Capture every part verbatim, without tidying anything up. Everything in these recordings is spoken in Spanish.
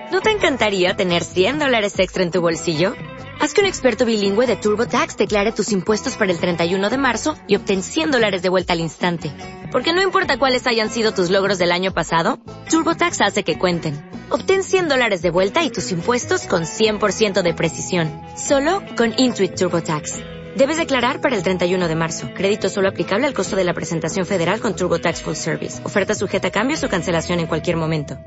¿No te encantaría tener cien dólares extra en tu bolsillo? Haz que un experto bilingüe de TurboTax declare tus impuestos para el treinta y uno de marzo y obtén cien dólares de vuelta al instante. Porque no importa cuáles hayan sido tus logros del año pasado, TurboTax hace que cuenten. Obtén cien dólares de vuelta y tus impuestos con cien por ciento de precisión. Solo con Intuit TurboTax. Debes declarar para el treinta y uno de marzo. Crédito solo aplicable al costo de la presentación federal con TurboTax Full Service. Oferta sujeta a cambios o cancelación en cualquier momento.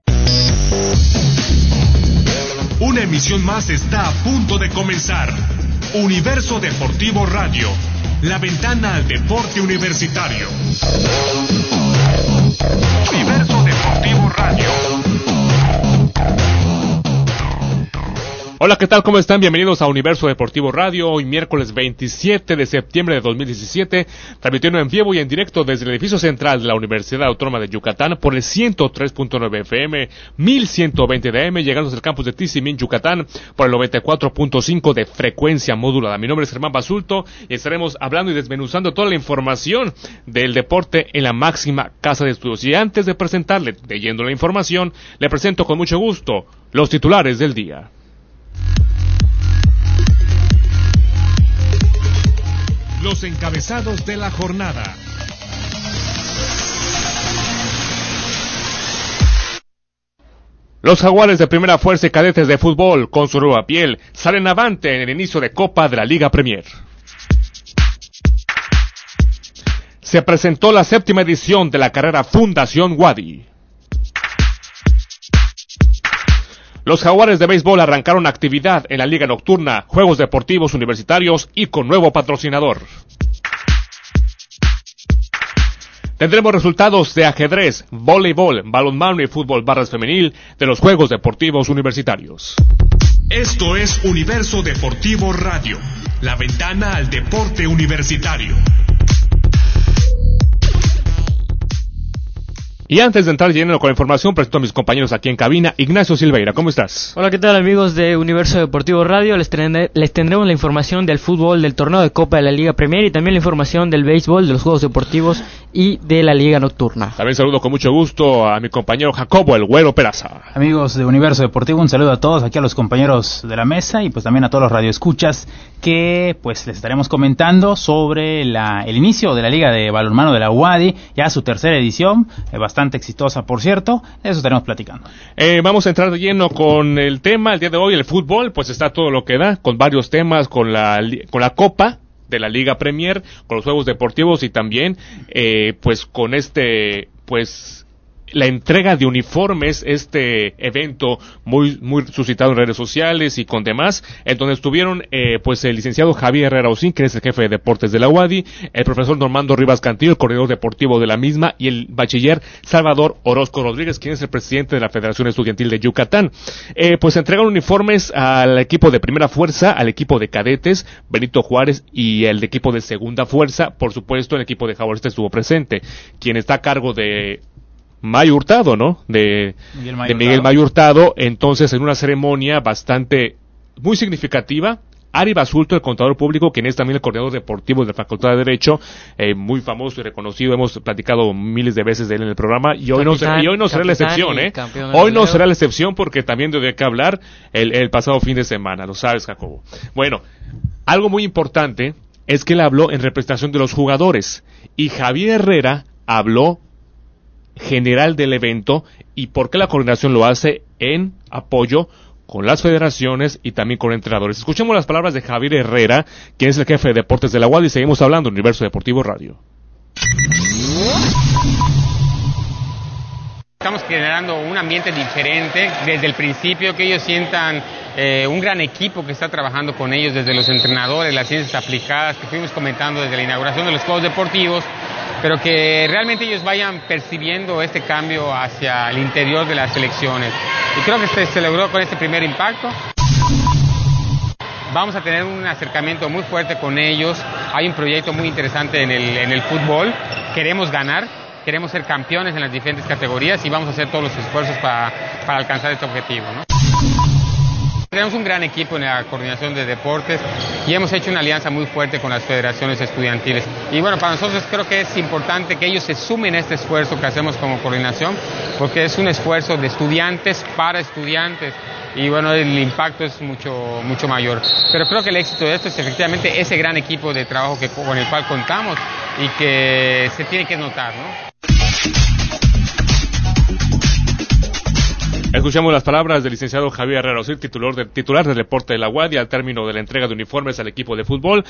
Una emisión más está a punto de comenzar. Universo Deportivo Radio, la ventana al deporte universitario. Universo Deportivo Radio. Hola, ¿qué tal? ¿Cómo están? Bienvenidos a Universo Deportivo Radio, hoy miércoles veintisiete de septiembre de dos mil diecisiete, transmitiendo en vivo y en directo desde el edificio central de la Universidad Autónoma de Yucatán por el ciento tres punto nueve F M, mil ciento veinte de A M, llegando al campus de Tizimín, Yucatán, por el noventa y cuatro punto cinco de frecuencia modulada. Mi nombre es Germán Basulto y estaremos hablando y desmenuzando toda la información del deporte en la máxima casa de estudios. Y antes de presentarle, leyendo la información, le presento con mucho gusto los titulares del día. Los encabezados de la jornada. Los Jaguares de Primera Fuerza y Cadetes de Fútbol, con su nueva piel, salen avante en el inicio de Copa de la Liga Premier. Se presentó la séptima edición de la carrera Fundación Wadi. Los Jaguares de Béisbol arrancaron actividad en la Liga Nocturna, Juegos Deportivos Universitarios y con nuevo patrocinador. Tendremos resultados de ajedrez, voleibol, balonmano y fútbol barras femenil de los Juegos Deportivos Universitarios. Esto es Universo Deportivo Radio, la ventana al deporte universitario. Y antes de entrar lleno con la información, presento a mis compañeros aquí en cabina. Ignacio Silveira, ¿cómo estás? Hola, ¿qué tal, amigos de Universo Deportivo Radio? Les, tendré, les tendremos la información del fútbol, del torneo de Copa de la Liga Premier y también la información del béisbol, de los Juegos Deportivos y de la Liga Nocturna. También saludo con mucho gusto a mi compañero Jacobo, el Güero Peraza. Amigos de Universo Deportivo, un saludo a todos, aquí a los compañeros de la mesa y pues también a todos los radioescuchas que pues les estaremos comentando sobre la, el inicio de la Liga de Balonmano de la U A D I, ya su tercera edición, eh, bastante bastante exitosa, por cierto, de eso estaremos platicando. Eh, vamos a entrar de lleno con el tema, el día de hoy, el fútbol, pues está todo lo que da, con varios temas, con la, con la Copa de la Liga Premier, con los Juegos Deportivos y también, eh, pues con este, pues, la entrega de uniformes, este evento muy muy suscitado en redes sociales y con demás, en donde estuvieron eh, pues el licenciado Javier Herrera Ocín, que es el jefe de deportes de la U A D I, el profesor Normando Rivas Cantillo, el coordinador deportivo de la misma, y el bachiller Salvador Orozco Rodríguez, quien es el presidente de la Federación Estudiantil de Yucatán. Eh, pues entregaron uniformes al equipo de Primera Fuerza, al equipo de cadetes, Benito Juárez, y el equipo de Segunda Fuerza. Por supuesto, el equipo de Jaguares estuvo presente, quien está a cargo de Mayo Hurtado, ¿no? De Miguel Mayo, de Miguel Mayo Hurtado. Entonces, en una ceremonia bastante, muy significativa, Ari Basulto, el contador público, quien es también el coordinador deportivo de la Facultad de Derecho, eh, muy famoso y reconocido, hemos platicado miles de veces de él en el programa, y hoy capitán, no, y hoy no será la excepción, ¿eh? Hoy no será la excepción porque también debe que hablar el, el pasado fin de semana, lo sabes, Jacobo. Bueno, algo muy importante es que él habló en representación de los jugadores, y Javier Herrera habló general del evento y por qué la coordinación lo hace en apoyo con las federaciones y también con entrenadores. Escuchemos las palabras de Javier Herrera, quien es el jefe de deportes de la U A D I, y seguimos hablando en Universo Deportivo Radio. Estamos generando un ambiente diferente desde el principio, que ellos sientan eh, un gran equipo que está trabajando con ellos, desde los entrenadores, las ciencias aplicadas que fuimos comentando desde la inauguración de los Juegos Deportivos, pero que realmente ellos vayan percibiendo este cambio hacia el interior de las selecciones. Y creo que se, se logró con este primer impacto. Vamos a tener un acercamiento muy fuerte con ellos. Hay un proyecto muy interesante en el, en el fútbol. Queremos ganar, queremos ser campeones en las diferentes categorías y vamos a hacer todos los esfuerzos para, para alcanzar este objetivo, ¿no? Tenemos un gran equipo en la coordinación de deportes y hemos hecho una alianza muy fuerte con las federaciones estudiantiles. Y bueno, para nosotros creo que es importante que ellos se sumen a este esfuerzo que hacemos como coordinación, porque es un esfuerzo de estudiantes para estudiantes. Y bueno, el impacto es mucho mucho mayor. Pero creo que el éxito de esto es efectivamente ese gran equipo de trabajo que, con el cual contamos y que se tiene que notar, ¿no? Escuchamos las palabras del licenciado Javier Herrera Osir, titular, de, titular del deporte de la U A D Y al término de la entrega de uniformes al equipo de fútbol,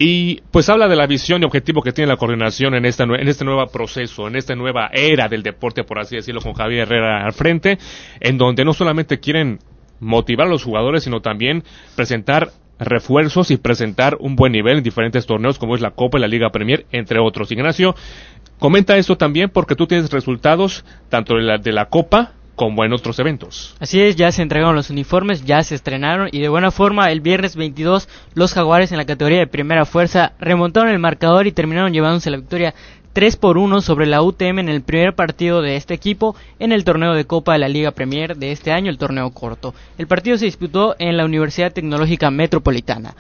y pues habla de la visión y objetivo que tiene la coordinación en esta en este nuevo proceso, en esta nueva era del deporte, por así decirlo, con Javier Herrera al frente, en donde no solamente quieren motivar a los jugadores, sino también presentar refuerzos y presentar un buen nivel en diferentes torneos como es la Copa y la Liga Premier, entre otros. Ignacio, comenta esto también porque tú tienes resultados tanto de la, de la Copa como en otros eventos. Así es, ya se entregaron los uniformes, ya se estrenaron y de buena forma el viernes veintidós los Jaguares en la categoría de primera fuerza remontaron el marcador y terminaron llevándose la victoria tres por uno sobre la U T M en el primer partido de este equipo en el torneo de Copa de la Liga Premier de este año, el torneo corto. El partido se disputó en la Universidad Tecnológica Metropolitana.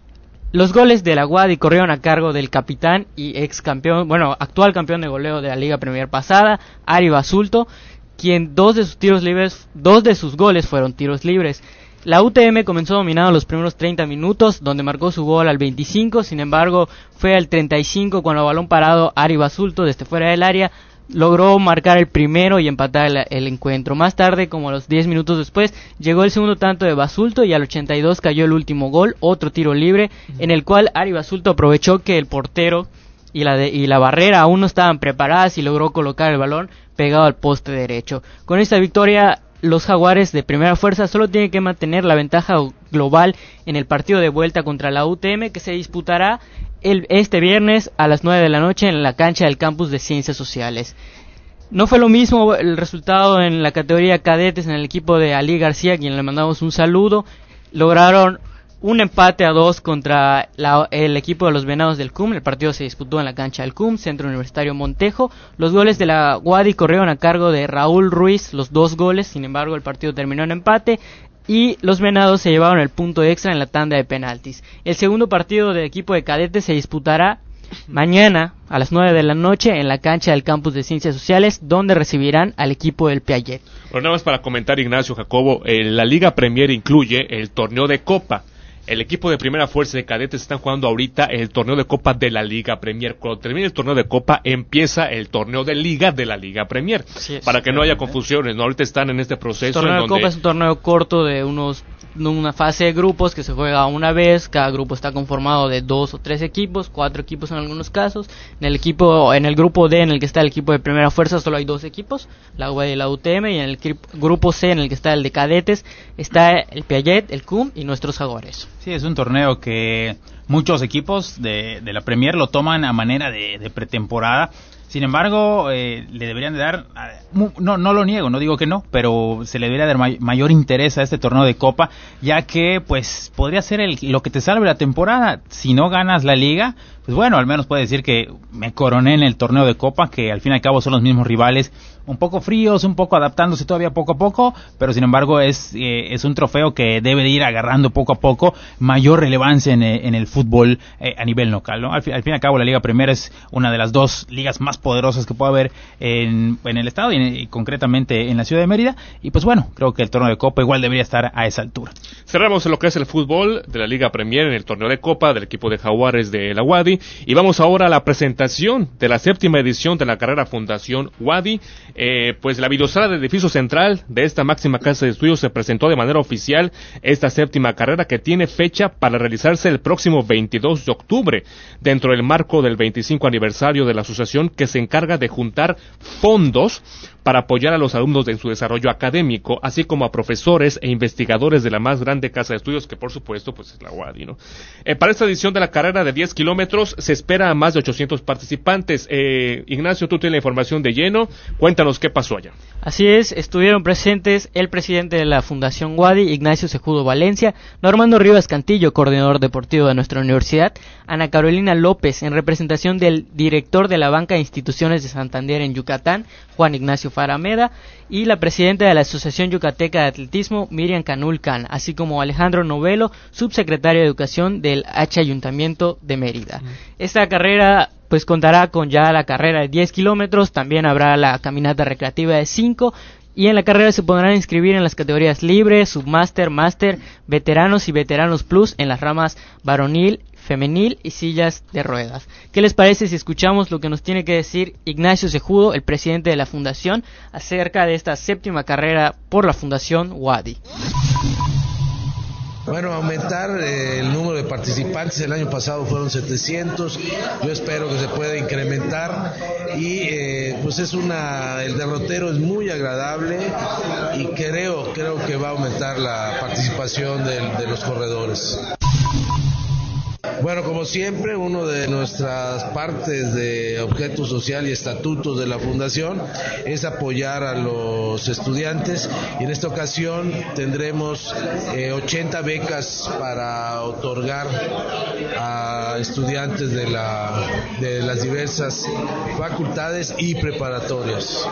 Los goles de la U A D Y corrieron a cargo del capitán y ex campeón, bueno, actual campeón de goleo de la Liga Premier pasada, Ari Basulto, quien dos de sus tiros libres, dos de sus goles fueron tiros libres. La U T M comenzó dominando los primeros treinta minutos, donde marcó su gol al veinticinco, sin embargo, fue al treinta y cinco cuando a balón parado Ari Basulto desde fuera del área logró marcar el primero y empatar el, el encuentro. Más tarde, como a los diez minutos después, llegó el segundo tanto de Basulto y al ochenta y dos cayó el último gol, otro tiro libre, en el cual Ari Basulto aprovechó que el portero y la, de, y la barrera aún no estaban preparadas y logró colocar el balón pegado al poste derecho. Con esta victoria, los Jaguares de primera fuerza solo tienen que mantener la ventaja global en el partido de vuelta contra la U T M, que se disputará el, este viernes a las nueve de la noche en la cancha del campus de Ciencias Sociales. No fue lo mismo el resultado en la categoría cadetes en el equipo de Ali García, a quien le mandamos un saludo. Lograron un empate a dos contra la, el equipo de los Venados del C U M. El partido se disputó en la cancha del C U M, Centro Universitario Montejo. Los goles de la U A D Y corrieron a cargo de Raúl Ruiz, los dos goles. Sin embargo, el partido terminó en empate y los Venados se llevaron el punto extra en la tanda de penaltis. El segundo partido del equipo de cadetes se disputará mañana a las nueve de la noche en la cancha del campus de Ciencias Sociales, donde recibirán al equipo del Piaget. Bueno, nada más para comentar, Ignacio, Jacobo, eh, la Liga Premier incluye el torneo de Copa. El equipo de primera fuerza de cadetes están jugando ahorita el torneo de Copa de la Liga Premier. Cuando termine el torneo de Copa, empieza el torneo de Liga de la Liga Premier. Sí, para que no haya confusiones, ¿no? Ahorita están en este proceso. El torneo en de donde... Copa es un torneo corto de unos una fase de grupos que se juega una vez. Cada grupo está conformado de dos o tres equipos, cuatro equipos en algunos casos. En el equipo, en el grupo D, en el que está el equipo de primera fuerza, solo hay dos equipos, la U A D y la U T M, y en el grupo C, en el que está el de cadetes, está el Piaget, el C U M y nuestros Jaguares. Sí, es un torneo que muchos equipos de, de la Premier lo toman a manera de, de pretemporada. Sin embargo, eh, le deberían de dar, no no lo niego, no digo que no, pero se le debería dar may, mayor interés a este torneo de Copa, ya que pues podría ser el, lo que te salve la temporada. Si no ganas la Liga, pues bueno, al menos puedes decir que me coroné en el torneo de Copa, que al fin y al cabo son los mismos rivales, un poco fríos, un poco adaptándose todavía poco a poco, pero sin embargo es eh, es un trofeo que debe de ir agarrando poco a poco mayor relevancia en, en el fútbol eh, a nivel local, ¿no? Al, al fin y al cabo la Liga Premier es una de las dos ligas más poderosas que puede haber en, en el estado y, en, y concretamente en la ciudad de Mérida, y pues bueno, creo que el torneo de Copa igual debería estar a esa altura. Cerramos lo que es el fútbol de la Liga Premier en el torneo de Copa del equipo de Jaguares de la U A D Y, y vamos ahora a la presentación de la séptima edición de la carrera Fundación U A D Y. Eh, pues la videosala del edificio central de esta máxima casa de estudios se presentó de manera oficial esta séptima carrera, que tiene fecha para realizarse el próximo veintidós de octubre, dentro del marco del veinticinco aniversario de la asociación, que se encarga de juntar fondos para apoyar a los alumnos en su desarrollo académico, así como a profesores e investigadores de la más grande casa de estudios, que por supuesto pues es la U A D Y, ¿no? Eh, para esta edición de la carrera de diez kilómetros se espera a más de ochocientos participantes. Eh, Ignacio, tú tienes la información de lleno, cuéntanos qué pasó allá. Así es, estuvieron presentes el presidente de la Fundación U A D Y, Ignacio Cejudo Valencia, Normando Rivas Cantillo, coordinador deportivo de nuestra universidad, Ana Carolina López, en representación del director de la Banca de Instituciones de Santander en Yucatán, Juan Ignacio Farameda, y la presidenta de la Asociación Yucateca de Atletismo, Miriam Canul Can, así como Alejandro Novelo, subsecretario de Educación del H Ayuntamiento de Mérida. Uh-huh. Esta carrera pues contará con ya la carrera de diez kilómetros, también habrá la caminata recreativa de cinco, y en la carrera se podrán inscribir en las categorías libre, submaster, máster, veteranos y veteranos plus en las ramas varonil, femenil y sillas de ruedas. ¿Qué les parece si escuchamos lo que nos tiene que decir Ignacio Cejudo, el presidente de la fundación, acerca de esta séptima carrera por la Fundación Wadi? Bueno, aumentar eh, el número de participantes. El año pasado fueron setecientos, yo espero que se pueda incrementar y eh, pues es una, el derrotero es muy agradable y creo, creo que va a aumentar la participación de, de los corredores. Bueno, como siempre, uno de nuestras partes de objeto social y estatutos de la Fundación es apoyar a los estudiantes, y en esta ocasión tendremos eh, ochenta becas para otorgar a estudiantes de, la, de las diversas facultades y preparatorias.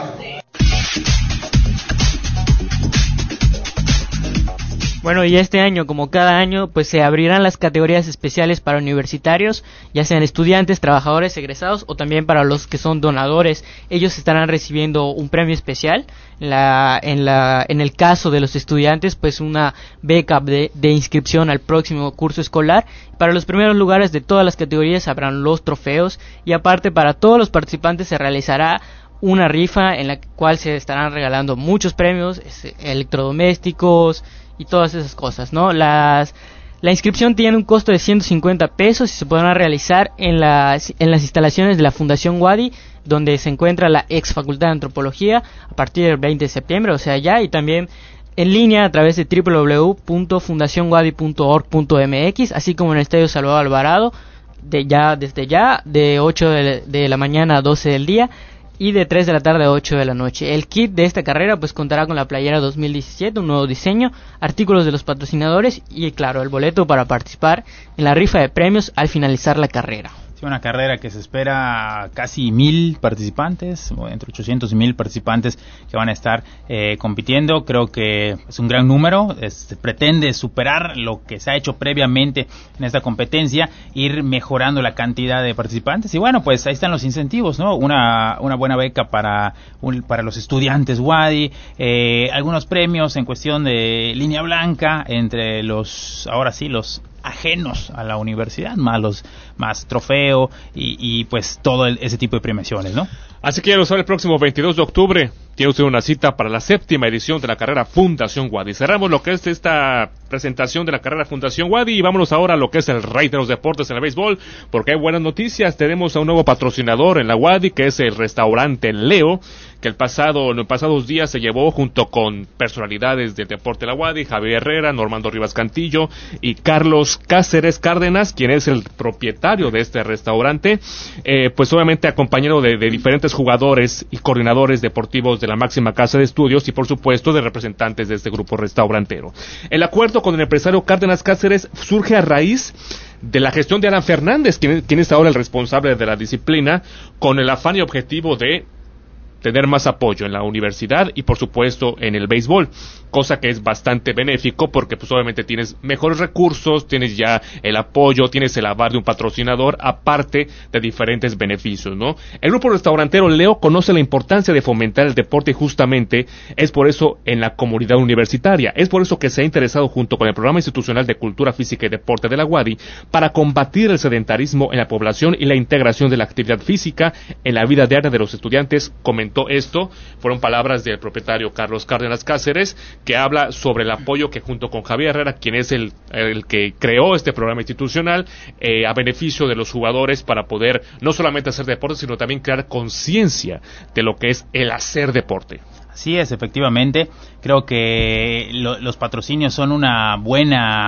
Bueno, y este año, como cada año, pues se abrirán las categorías especiales para universitarios, ya sean estudiantes, trabajadores, egresados, o también para los que son donadores. Ellos estarán recibiendo un premio especial. La, en, la, en el caso de los estudiantes, pues una beca de, de inscripción al próximo curso escolar. Para los primeros lugares de todas las categorías habrán los trofeos, y aparte para todos los participantes se realizará una rifa en la cual se estarán regalando muchos premios, electrodomésticos y todas esas cosas, ¿no? Las, la inscripción tiene un costo de ciento cincuenta pesos y se podrán realizar en las, en las instalaciones de la Fundación Wadi, donde se encuentra la ex Facultad de Antropología, a partir del veinte de septiembre, o sea ya, y también en línea a través de doble u doble u doble u punto fundación wadi punto org punto m x, así como en el Estadio Salvador Alvarado, de ya, desde ya, de ocho de, de la mañana a doce del día, y de tres de la tarde a ocho de la noche. El kit de esta carrera pues contará con la playera dos mil diecisiete, un nuevo diseño, artículos de los patrocinadores y claro, el boleto para participar en la rifa de premios al finalizar la carrera. Sí, una carrera que se espera casi mil participantes, entre ochocientos y mil participantes que van a estar eh, compitiendo. Creo que es un gran número, es, pretende superar lo que se ha hecho previamente en esta competencia, ir mejorando la cantidad de participantes, y bueno, pues ahí están los incentivos, ¿no? Una, una buena beca para, un, para los estudiantes Wadi, eh, algunos premios en cuestión de línea blanca entre los, ahora sí, los ajenos a la universidad, más los más trofeo y, y pues todo el, ese tipo de premiaciones, ¿no? Así que ya lo sabe, el próximo veintidós de octubre tiene usted una cita para la séptima edición de la carrera Fundación Wadi. Cerramos lo que es esta presentación de la carrera Fundación Wadi y vámonos ahora a lo que es el rey de los deportes en el béisbol, porque hay buenas noticias. Tenemos a un nuevo patrocinador en la Wadi, que es el restaurante Leo, que el pasado, en los pasados días se llevó junto con personalidades del deporte de la Wadi, Javier Herrera, Normando Rivas Cantillo y Carlos Cáceres Cárdenas, quien es el propietario de este restaurante, eh, pues obviamente acompañado de, de diferentes jugadores y coordinadores deportivos de la máxima casa de estudios y por supuesto de representantes de este grupo restaurantero. El acuerdo con el empresario Cárdenas Cáceres surge a raíz de la gestión de Alan Fernández, quien, quien es ahora el responsable de la disciplina, con el afán y objetivo de tener más apoyo en la universidad y por supuesto en el béisbol, cosa que es bastante benéfico porque pues obviamente tienes mejores recursos, tienes ya el apoyo, tienes el aval de un patrocinador, aparte de diferentes beneficios, ¿no? El grupo restaurantero Leo conoce la importancia de fomentar el deporte y justamente es por eso en la comunidad universitaria, es por eso que se ha interesado junto con el Programa Institucional de Cultura Física y Deporte de la Wadi para combatir el sedentarismo en la población y la integración de la actividad física en la vida diaria de los estudiantes. Comentó esto, fueron palabras del propietario Carlos Cárdenas Cáceres, que habla sobre el apoyo que junto con Javier Herrera, quien es el, el que creó este programa institucional, eh, a beneficio de los jugadores para poder no solamente hacer deporte, sino también crear conciencia de lo que es el hacer deporte. Así es, efectivamente, creo que lo, los patrocinios son una buena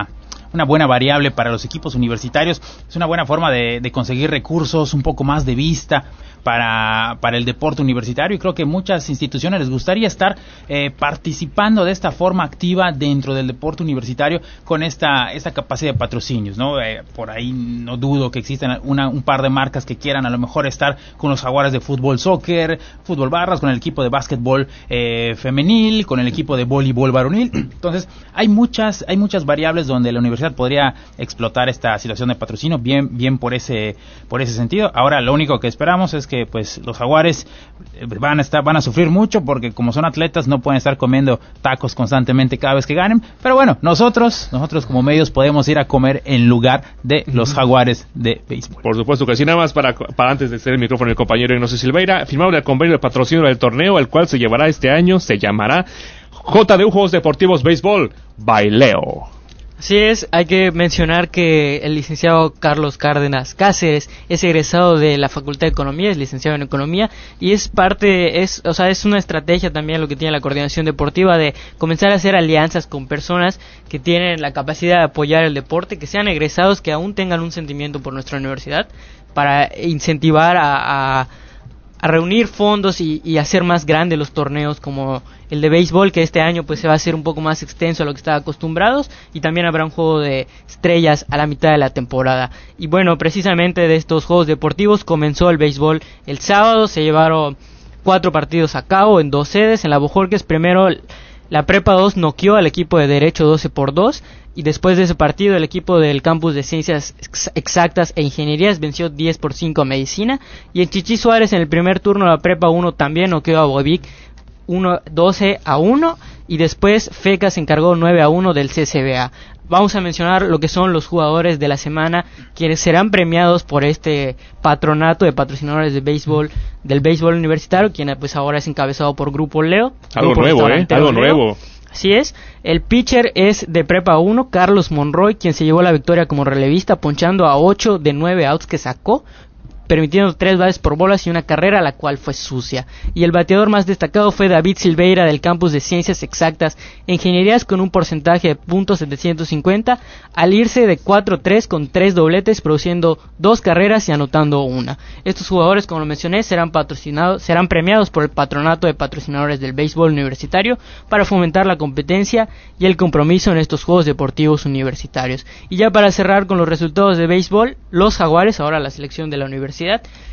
una buena variable para los equipos universitarios. Es una buena forma de, de conseguir recursos, un poco más de vista para, para el deporte universitario, y creo que muchas instituciones les gustaría estar eh, participando de esta forma activa dentro del deporte universitario con esta, esta capacidad de patrocinios, ¿no? Eh, por ahí no dudo que existan una, un par de marcas que quieran a lo mejor estar con los Jaguares de fútbol, soccer, fútbol barras, con el equipo de básquetbol eh, femenil, con el equipo de voleibol varonil. Entonces, hay muchas, hay muchas variables donde la universidad podría explotar esta situación de patrocinio, bien, bien por ese, por ese sentido. Ahora, lo único que esperamos es que pues los Jaguares van a estar, van a sufrir mucho, porque como son atletas no pueden estar comiendo tacos constantemente cada vez que ganen, pero bueno, nosotros, nosotros como medios podemos ir a comer en lugar de los Jaguares de béisbol. Por supuesto que sí. Nada más para, para antes de ceder el micrófono el compañero Ignacio Silveira, firmaron el convenio de patrocinio del torneo, el cual se llevará este año, se llamará J D U Juegos Deportivos Béisbol Baileo. Así es, hay que mencionar que el licenciado Carlos Cárdenas Cáceres es egresado de la Facultad de Economía, es licenciado en Economía, y es parte, es, o sea, es una estrategia también lo que tiene la coordinación deportiva de comenzar a hacer alianzas con personas que tienen la capacidad de apoyar el deporte, que sean egresados, que aún tengan un sentimiento por nuestra universidad, para incentivar a, a a reunir fondos y, y hacer más grandes los torneos como el de béisbol, que este año pues se va a hacer un poco más extenso a lo que estaba acostumbrados, y también habrá un juego de estrellas a la mitad de la temporada. Y bueno, precisamente de estos juegos deportivos comenzó el béisbol el sábado, se llevaron cuatro partidos a cabo en dos sedes. En la Bojorquez primero la Prepa dos noqueó al equipo de Derecho doce por dos, y después de ese partido el equipo del campus de Ciencias Exactas e Ingenierías venció diez por cinco a Medicina, y en Chichí Suárez en el primer turno la Prepa uno también noqueó a Boevic doce a uno, y después FECA se encargó nueve a uno del C C B A. Vamos a mencionar lo que son los jugadores de la semana, quienes serán premiados por este patronato de patrocinadores de béisbol, del béisbol universitario, quien pues ahora es encabezado por Grupo Leo. Algo Grupo nuevo, ¿eh? Algo Leo. nuevo. Así es, el pitcher es de Prepa uno, Carlos Monroy, quien se llevó la victoria como relevista, ponchando a ocho de nueve outs que sacó, permitiendo tres bases por bolas y una carrera, la cual fue sucia. Y el bateador más destacado fue David Silveira del campus de Ciencias Exactas e Ingenierías, con un porcentaje de punto setecientos cincuenta, al irse de cuatro tres con tres dobletes, produciendo dos carreras y anotando una. Estos jugadores, como lo mencioné, serán patrocinados, serán premiados por el patronato de patrocinadores del béisbol universitario para fomentar la competencia y el compromiso en estos juegos deportivos universitarios. Y ya para cerrar con los resultados de béisbol, los Jaguares, ahora la selección de la universidad,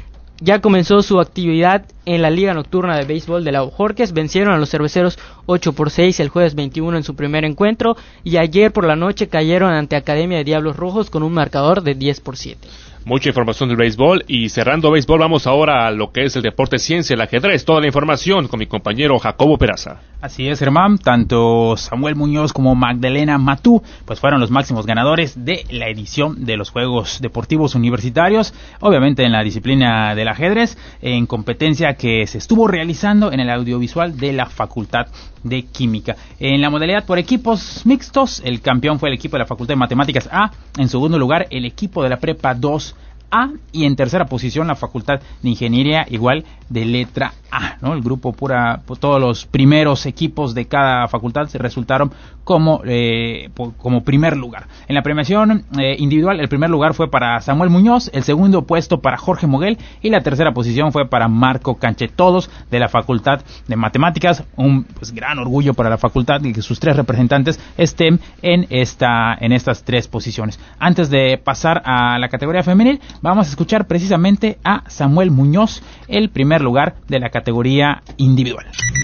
ya comenzó su actividad en la Liga Nocturna de Béisbol de la Bojorquez. Vencieron a los Cerveceros ocho por seis el jueves veintiuno en su primer encuentro, y ayer por la noche cayeron ante Academia de Diablos Rojos con un marcador de diez por siete. Mucha información del béisbol, y cerrando béisbol vamos ahora a lo que es el deporte ciencia, el ajedrez. Toda la información con mi compañero Jacobo Peraza. Así es, Germán, tanto Samuel Muñoz como Magdalena Matú pues fueron los máximos ganadores de la edición de los Juegos Deportivos Universitarios, obviamente en la disciplina del ajedrez, en competencia que se estuvo realizando en el audiovisual de la Facultad de Química. En la modalidad por equipos mixtos, el campeón fue el equipo de la Facultad de Matemáticas A, en segundo lugar el equipo de la Prepa dos A, y en tercera posición la Facultad de Ingeniería, igual de letra A, ¿no? El grupo pura, todos los primeros equipos de cada facultad se resultaron como eh, como primer lugar. En la premiación eh, individual, el primer lugar fue para Samuel Muñoz, el segundo puesto para Jorge Moguel, y la tercera posición fue para Marco Canche, todos de la Facultad de Matemáticas. Un pues, gran orgullo para la facultad y que sus tres representantes estén en esta en estas tres posiciones. Antes de pasar a la categoría femenil, vamos a escuchar precisamente a Samuel Muñoz, el primer lugar de la categoría individual.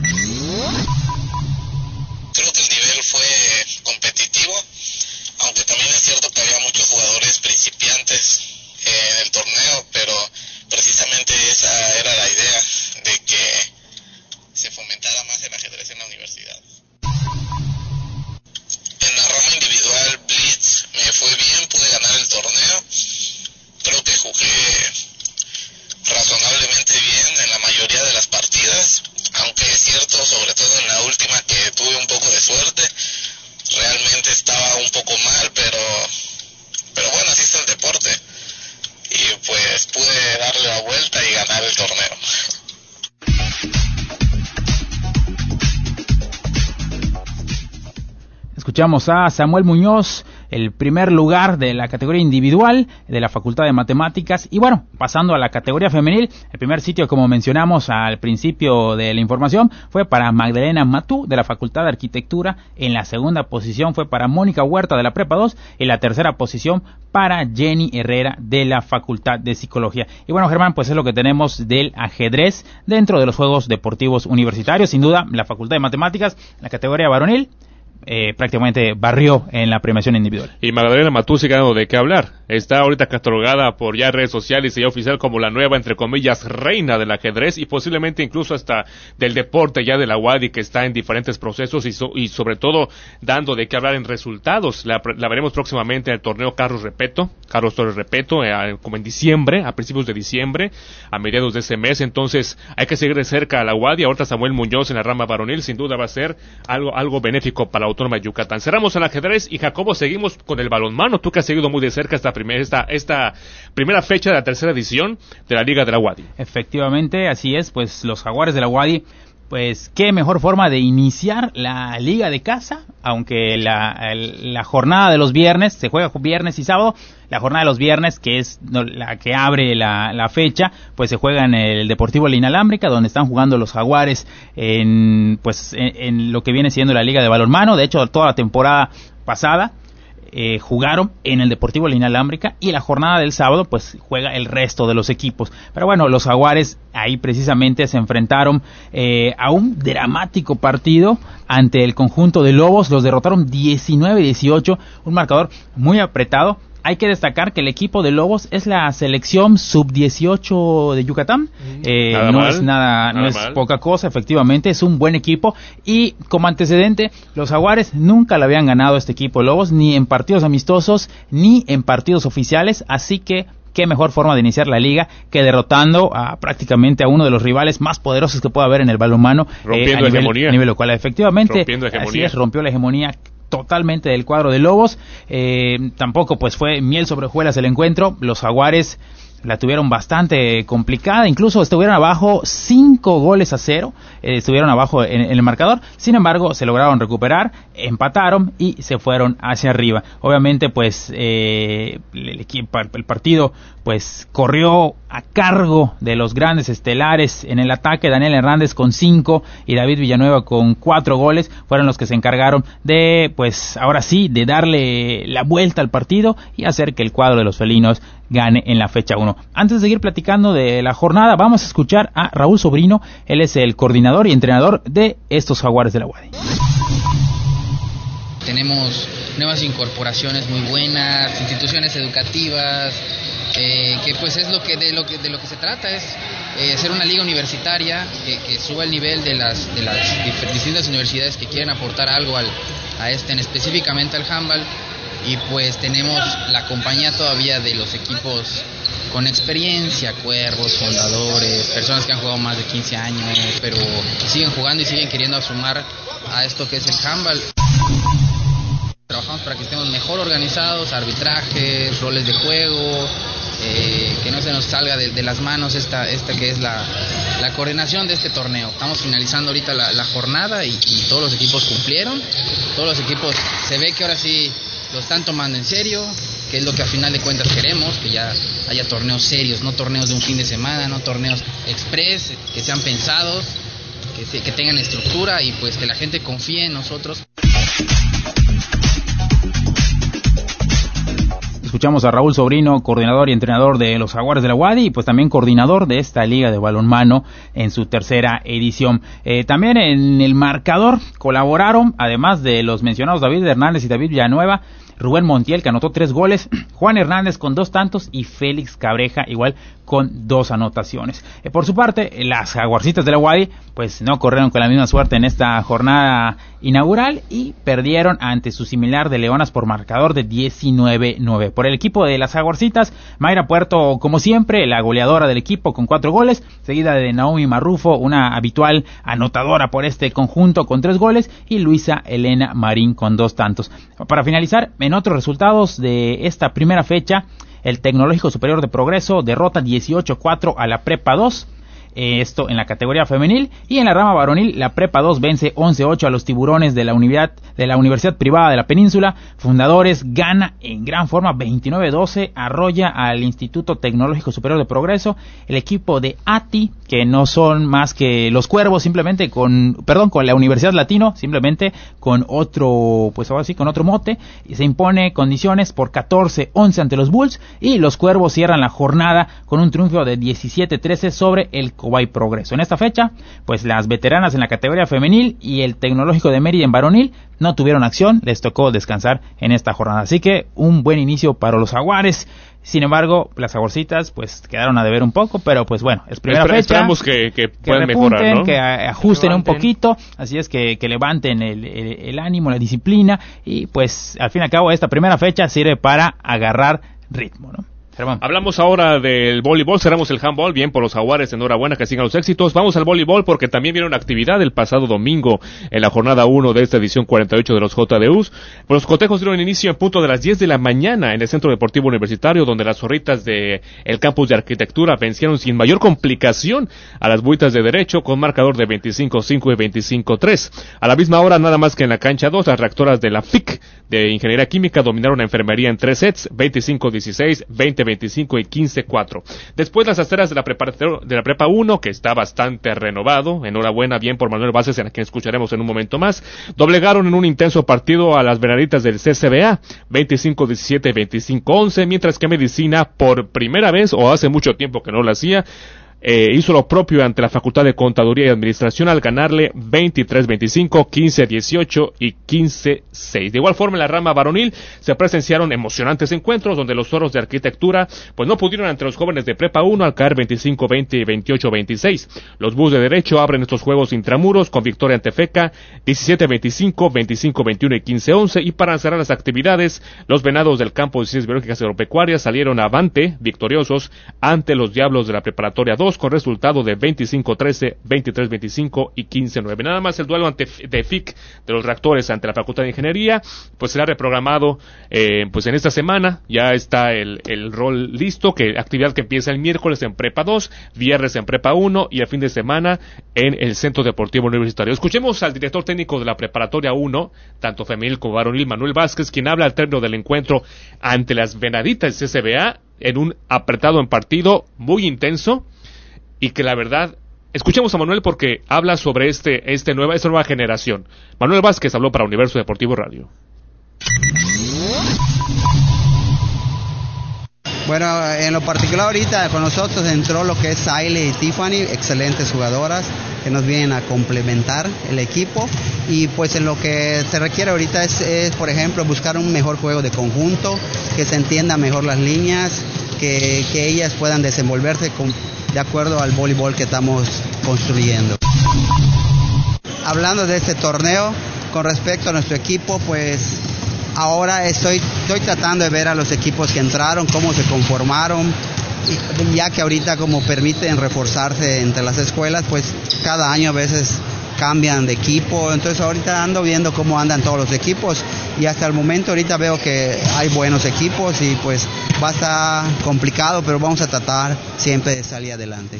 Creo que el nivel fue competitivo, aunque también es cierto que había muchos jugadores principiantes en el torneo, pero precisamente esa era la idea, de que se fomentara más el ajedrez en la universidad. En la rama individual Blitz me fue bien, pude ganar el torneo. Creo que jugué razonablemente bien en la mayoría de las partidas, aunque es cierto, sobre todo en la última, que tuve un poco de suerte. Realmente estaba un poco mal, pero pero bueno, así está el deporte, y pues pude darle la vuelta y ganar el torneo. Escuchamos a Samuel Muñoz, el primer lugar de la categoría individual de la Facultad de Matemáticas. Y bueno, pasando a la categoría femenil, el primer sitio, como mencionamos al principio de la información, fue para Magdalena Matú de la Facultad de Arquitectura. En la segunda posición fue para Mónica Huerta de la Prepa dos, y la tercera posición para Jenny Herrera de la Facultad de Psicología. Y bueno, Germán, pues es lo que tenemos del ajedrez dentro de los Juegos Deportivos Universitarios. Sin duda, la Facultad de Matemáticas, la categoría varonil, Eh, prácticamente barrió en la premiación individual. Y Magdalena Matú sigue dando de qué hablar. Está ahorita catalogada por ya redes sociales y ya oficial como la nueva, entre comillas, reina del ajedrez, y posiblemente incluso hasta del deporte ya de la U A D Y, que está en diferentes procesos y, so, y sobre todo dando de qué hablar en resultados. La, la veremos próximamente en el torneo Carlos Repeto, Carlos Torres Repeto, eh, como en diciembre, a principios de diciembre, a mediados de ese mes. Entonces hay que seguir de cerca a la U A D Y. Ahorita Samuel Muñoz en la rama varonil sin duda va a ser algo, algo benéfico para la Autónoma de Yucatán. Cerramos el ajedrez y, Jacobo, seguimos con el balonmano. Tú que has seguido muy de cerca esta, primer, esta, esta primera fecha de la tercera edición de la Liga de la U A D Y. Efectivamente, así es, pues los Jaguares de la U A D Y, pues qué mejor forma de iniciar la Liga de casa, aunque la, el, la jornada de los viernes, se juega viernes y sábado. La jornada de los viernes, que es la que abre la, la fecha, pues se juega en el Deportivo La Inalámbrica, donde están jugando los Jaguares en, pues, en, en lo que viene siendo la Liga de Balonmano. De hecho, toda la temporada pasada eh, jugaron en el Deportivo La Inalámbrica, y la jornada del sábado pues juega el resto de los equipos. Pero bueno, los Jaguares ahí precisamente se enfrentaron eh, a un dramático partido ante el conjunto de Lobos. Los derrotaron diecinueve dieciocho, un marcador muy apretado. Hay que destacar que el equipo de Lobos es la selección sub dieciocho de Yucatán. Eh, nada no mal, es nada, no nada es mal. poca cosa, efectivamente, es un buen equipo. Y como antecedente, los Jaguares nunca le habían ganado a este equipo de Lobos, ni en partidos amistosos, ni en partidos oficiales. Así que qué mejor forma de iniciar la liga que derrotando a prácticamente a uno de los rivales más poderosos que puede haber en el balonmano, rompiendo eh, a, nivel, hegemonía. a nivel local. Efectivamente, Rompiendo hegemonía. así es, rompió la hegemonía totalmente del cuadro de Lobos. Eh, tampoco pues fue miel sobre hojuelas el encuentro. Los Jaguares la tuvieron bastante complicada, incluso estuvieron abajo cinco goles a cero, eh, estuvieron abajo en, en el marcador. Sin embargo, se lograron recuperar, empataron y se fueron hacia arriba. Obviamente pues eh, el, equipo, el partido pues corrió a cargo de los grandes estelares en el ataque. Daniel Hernández con cinco y David Villanueva con cuatro goles fueron los que se encargaron de, pues ahora sí, de darle la vuelta al partido y hacer que el cuadro de los felinos gane en la fecha uno. Antes de seguir platicando de la jornada, vamos a escuchar a Raúl Sobrino. Él es el coordinador y entrenador de estos Jaguares de la U A D Y. Tenemos nuevas incorporaciones muy buenas, instituciones educativas, eh, que pues es lo que de lo que de lo que se trata, es eh, ser una liga universitaria que, que suba el nivel de las de las distintas universidades que quieren aportar algo al a este, en específicamente al handball. Y pues tenemos la compañía todavía de los equipos con experiencia, cuervos, fundadores, personas que han jugado más de quince años, pero siguen jugando y siguen queriendo sumar a esto que es el handball. Trabajamos para que estemos mejor organizados, arbitrajes, roles de juego, eh, que no se nos salga de, de las manos esta, esta que es la, la coordinación de este torneo. Estamos finalizando ahorita la, la jornada y, y todos los equipos cumplieron, todos los equipos se ve que ahora sí lo están tomando en serio, que es lo que a final de cuentas queremos, que ya haya torneos serios, no torneos de un fin de semana, no torneos express, que sean pensados, que, que tengan estructura y pues que la gente confíe en nosotros. Escuchamos a Raúl Sobrino, coordinador y entrenador de los Jaguares de la U A D Y, y pues también coordinador de esta liga de balonmano en su tercera edición. Eh, también en el marcador colaboraron, además de los mencionados David Hernández y David Villanueva, Rubén Montiel, que anotó tres goles, Juan Hernández con dos tantos y Félix Cabreja igual con dos anotaciones. Eh, por su parte, las Jaguarcitas de la U A D Y pues no corrieron con la misma suerte en esta jornada inaugural y perdieron ante su similar de Leonas por marcador de diecinueve nueve. Por el equipo de las Jaguarcitas, Mayra Puerto, como siempre, la goleadora del equipo con cuatro goles, seguida de Naomi Marrufo, una habitual anotadora por este conjunto con tres goles, y Luisa Elena Marín con dos tantos. Para finalizar, en otros resultados de esta primera fecha, el Tecnológico Superior de Progreso derrota dieciocho cuatro a la Prepa dos. eh, esto en la categoría femenil. Y en la rama varonil, la Prepa dos vence once ocho a los Tiburones de la unidad de la Universidad Privada de la Península. Fundadores gana en gran forma veintinueve doce, arrolla al Instituto Tecnológico Superior de Progreso. El equipo de A T I, que no son más que los Cuervos, simplemente con, perdón, con la Universidad Latino, simplemente con otro, pues ahora sí, con otro mote, y se impone condiciones por catorce once ante los Bulls, y los Cuervos cierran la jornada con un triunfo de diecisiete trece sobre el Cobay Progreso. En esta fecha, pues las veteranas en la categoría femenil y el Tecnológico de Mérida en varonil no tuvieron acción, les tocó descansar en esta jornada, así que un buen inicio para los Jaguares. Sin embargo, las Jaguarcitas pues quedaron a deber un poco, pero pues bueno, es primera Espera, fecha. Esperamos que, que puedan que repunten, mejorar, ¿no? Que ajusten levanten. un poquito, así es que, que levanten el, el, el ánimo, la disciplina, y pues al fin y al cabo esta primera fecha sirve para agarrar ritmo, ¿no? Germán. Hablamos ahora del voleibol, cerramos el handball, bien por los Jaguares, enhorabuena, que sigan los éxitos. Vamos al voleibol porque también vieron una actividad el pasado domingo en la jornada uno de esta edición cuarenta y ocho de los J D Us. Pues los cotejos dieron inicio en punto de las diez de la mañana en el Centro Deportivo Universitario, donde las zorritas de el campus de arquitectura vencieron sin mayor complicación a las buitas de derecho con marcador de veinticinco cinco y veinticinco tres. A la misma hora, nada más que en la cancha dos, las reactoras de la F I C de Ingeniería Química dominaron a enfermería en tres sets, veinticinco dieciséis, veinte veinticinco y quince cuatro. Después las aceras de la prepa, de la prepa uno, que está bastante renovado, enhorabuena bien por Manuel Vázquez, a quien escucharemos en un momento más, doblegaron en un intenso partido a las venaditas del C C B A, veinticinco diecisiete, veinticinco once, mientras que Medicina, por primera vez, o hace mucho tiempo que no lo hacía, Eh, hizo lo propio ante la Facultad de Contaduría y Administración al ganarle veintitrés veinticinco, quince dieciocho y quince seis. De igual forma, en la rama varonil se presenciaron emocionantes encuentros donde los toros de arquitectura pues no pudieron ante los jóvenes de Prepa uno al caer veinticinco veinte y veintiocho veintiséis. Los Bulls de Derecho abren estos juegos intramuros con victoria ante FECA diecisiete veinticinco, veinticinco veintiuno y quince once, y para cerrar las actividades, los Venados del Campo de Ciencias Biológicas y Agropecuarias salieron avante victoriosos ante los Diablos de la Preparatoria dos con resultado de veinticinco trece, veintitrés veinticinco y quince nueve. Nada más el duelo ante de F I C de los reactores ante la Facultad de Ingeniería pues será reprogramado eh, pues en esta semana. Ya está el, el rol listo, que actividad que empieza el miércoles en Prepa dos, viernes en Prepa uno y el fin de semana en el Centro Deportivo Universitario. Escuchemos al director técnico de la Preparatoria uno, tanto femenil como varonil, Manuel Vázquez, quien habla al término del encuentro ante las venaditas del C C B A en un apretado en partido muy intenso. Y que la verdad, escuchemos a Manuel porque habla sobre este, este nueva, esta nueva generación. Manuel Vázquez habló para Universo Deportivo Radio. Bueno, en lo particular ahorita con nosotros entró lo que es Saile y Tiffany, excelentes jugadoras que nos vienen a complementar el equipo, y pues en lo que se requiere ahorita es, es por ejemplo buscar un mejor juego de conjunto, que se entiendan mejor las líneas, que, que ellas puedan desenvolverse con, de acuerdo al voleibol que estamos construyendo. Hablando de este torneo, con respecto a nuestro equipo, pues ahora estoy, estoy tratando de ver a los equipos que entraron, cómo se conformaron, y ya que ahorita como permiten reforzarse entre las escuelas, pues cada año a veces cambian de equipo, entonces ahorita ando viendo cómo andan todos los equipos, y hasta el momento ahorita veo que hay buenos equipos, y pues va a estar complicado, pero vamos a tratar siempre de salir adelante.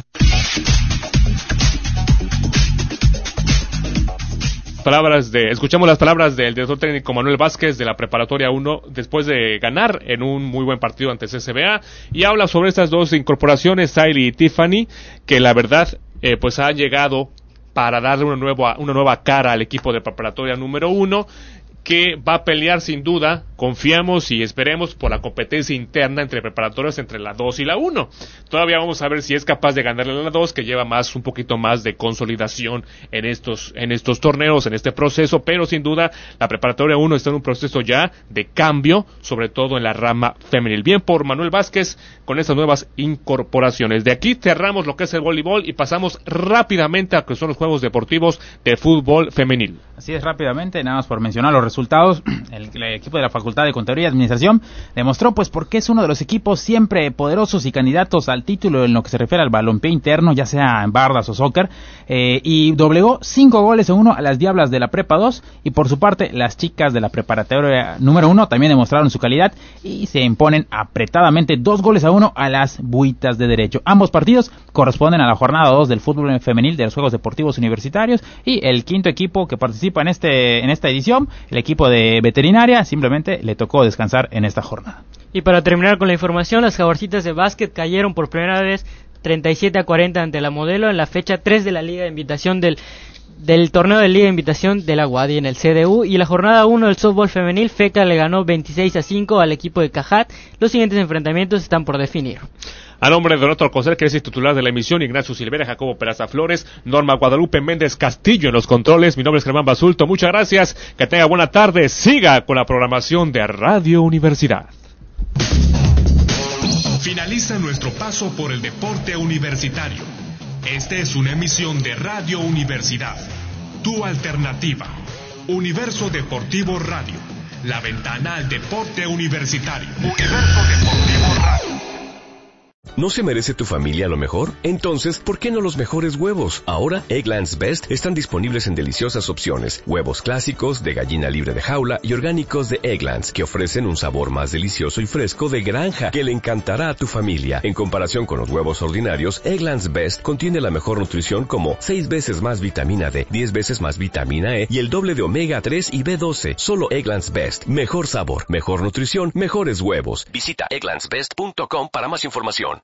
Palabras de, escuchamos las palabras del director técnico Manuel Vázquez de la Preparatoria uno después de ganar en un muy buen partido ante C C B A, y habla sobre estas dos incorporaciones, Saile y Tiffany, que la verdad eh, pues han llegado para darle una nueva, una nueva cara al equipo de Preparatoria número uno, que va a pelear sin duda, confiamos y esperemos por la competencia interna entre preparatorias entre la dos y la uno. Todavía vamos a ver si es capaz de ganarle a la dos, que lleva más, un poquito más de consolidación en estos, en estos torneos, en este proceso, pero sin duda la Preparatoria uno está en un proceso ya de cambio, sobre todo en la rama femenil. Bien por Manuel Vázquez con estas nuevas incorporaciones. De aquí cerramos lo que es el voleibol y pasamos rápidamente a lo que son los juegos deportivos de fútbol femenil. Así es, rápidamente, nada más por mencionar los resultados resultados, el, el equipo de la Facultad de Contaduría y Administración demostró pues por qué es uno de los equipos siempre poderosos y candidatos al título en lo que se refiere al balompié interno, ya sea en bardas o soccer, eh, y doblegó cinco goles a uno a las Diablas de la Prepa dos, y por su parte las chicas de la preparatoria número uno también demostraron su calidad y se imponen apretadamente dos goles a uno a las Buitas de Derecho. Ambos partidos corresponden a la jornada dos del fútbol femenil de los Juegos Deportivos Universitarios, y el quinto equipo que participa en este en esta edición, el equipo de veterinaria, simplemente le tocó descansar en esta jornada. Y para terminar con la información, las Jaguarcitas de básquet cayeron por primera vez treinta y siete a cuarenta ante la Modelo en la fecha tres de la Liga de Invitación del del torneo de Liga de Invitación de la U A D I en el C D U, y la jornada uno del softball femenil, FECA le ganó veintiséis a cinco al equipo de Cajat. Los siguientes enfrentamientos están por definir. A nombre de Donato Alcocer, que es el titular de la emisión, Ignacio Silvera, Jacobo Peraza Flores, Norma Guadalupe Méndez Castillo en los controles, mi nombre es Germán Basulto, muchas gracias, que tenga buena tarde, siga con la programación de Radio Universidad. Finaliza nuestro paso por el deporte universitario. Esta es una emisión de Radio Universidad, tu alternativa. Universo Deportivo Radio, la ventana al deporte universitario. Universo Deportivo Radio. ¿No se merece tu familia lo mejor? Entonces, ¿por qué no los mejores huevos? Ahora, Eggland's Best están disponibles en deliciosas opciones. Huevos clásicos, de gallina libre de jaula y orgánicos de Eggland's, que ofrecen un sabor más delicioso y fresco de granja que le encantará a tu familia. En comparación con los huevos ordinarios, Eggland's Best contiene la mejor nutrición como seis veces más vitamina D, diez veces más vitamina E y el doble de omega tres y B doce. Solo Eggland's Best. Mejor sabor, mejor nutrición, mejores huevos. Visita egglands best punto com para más información.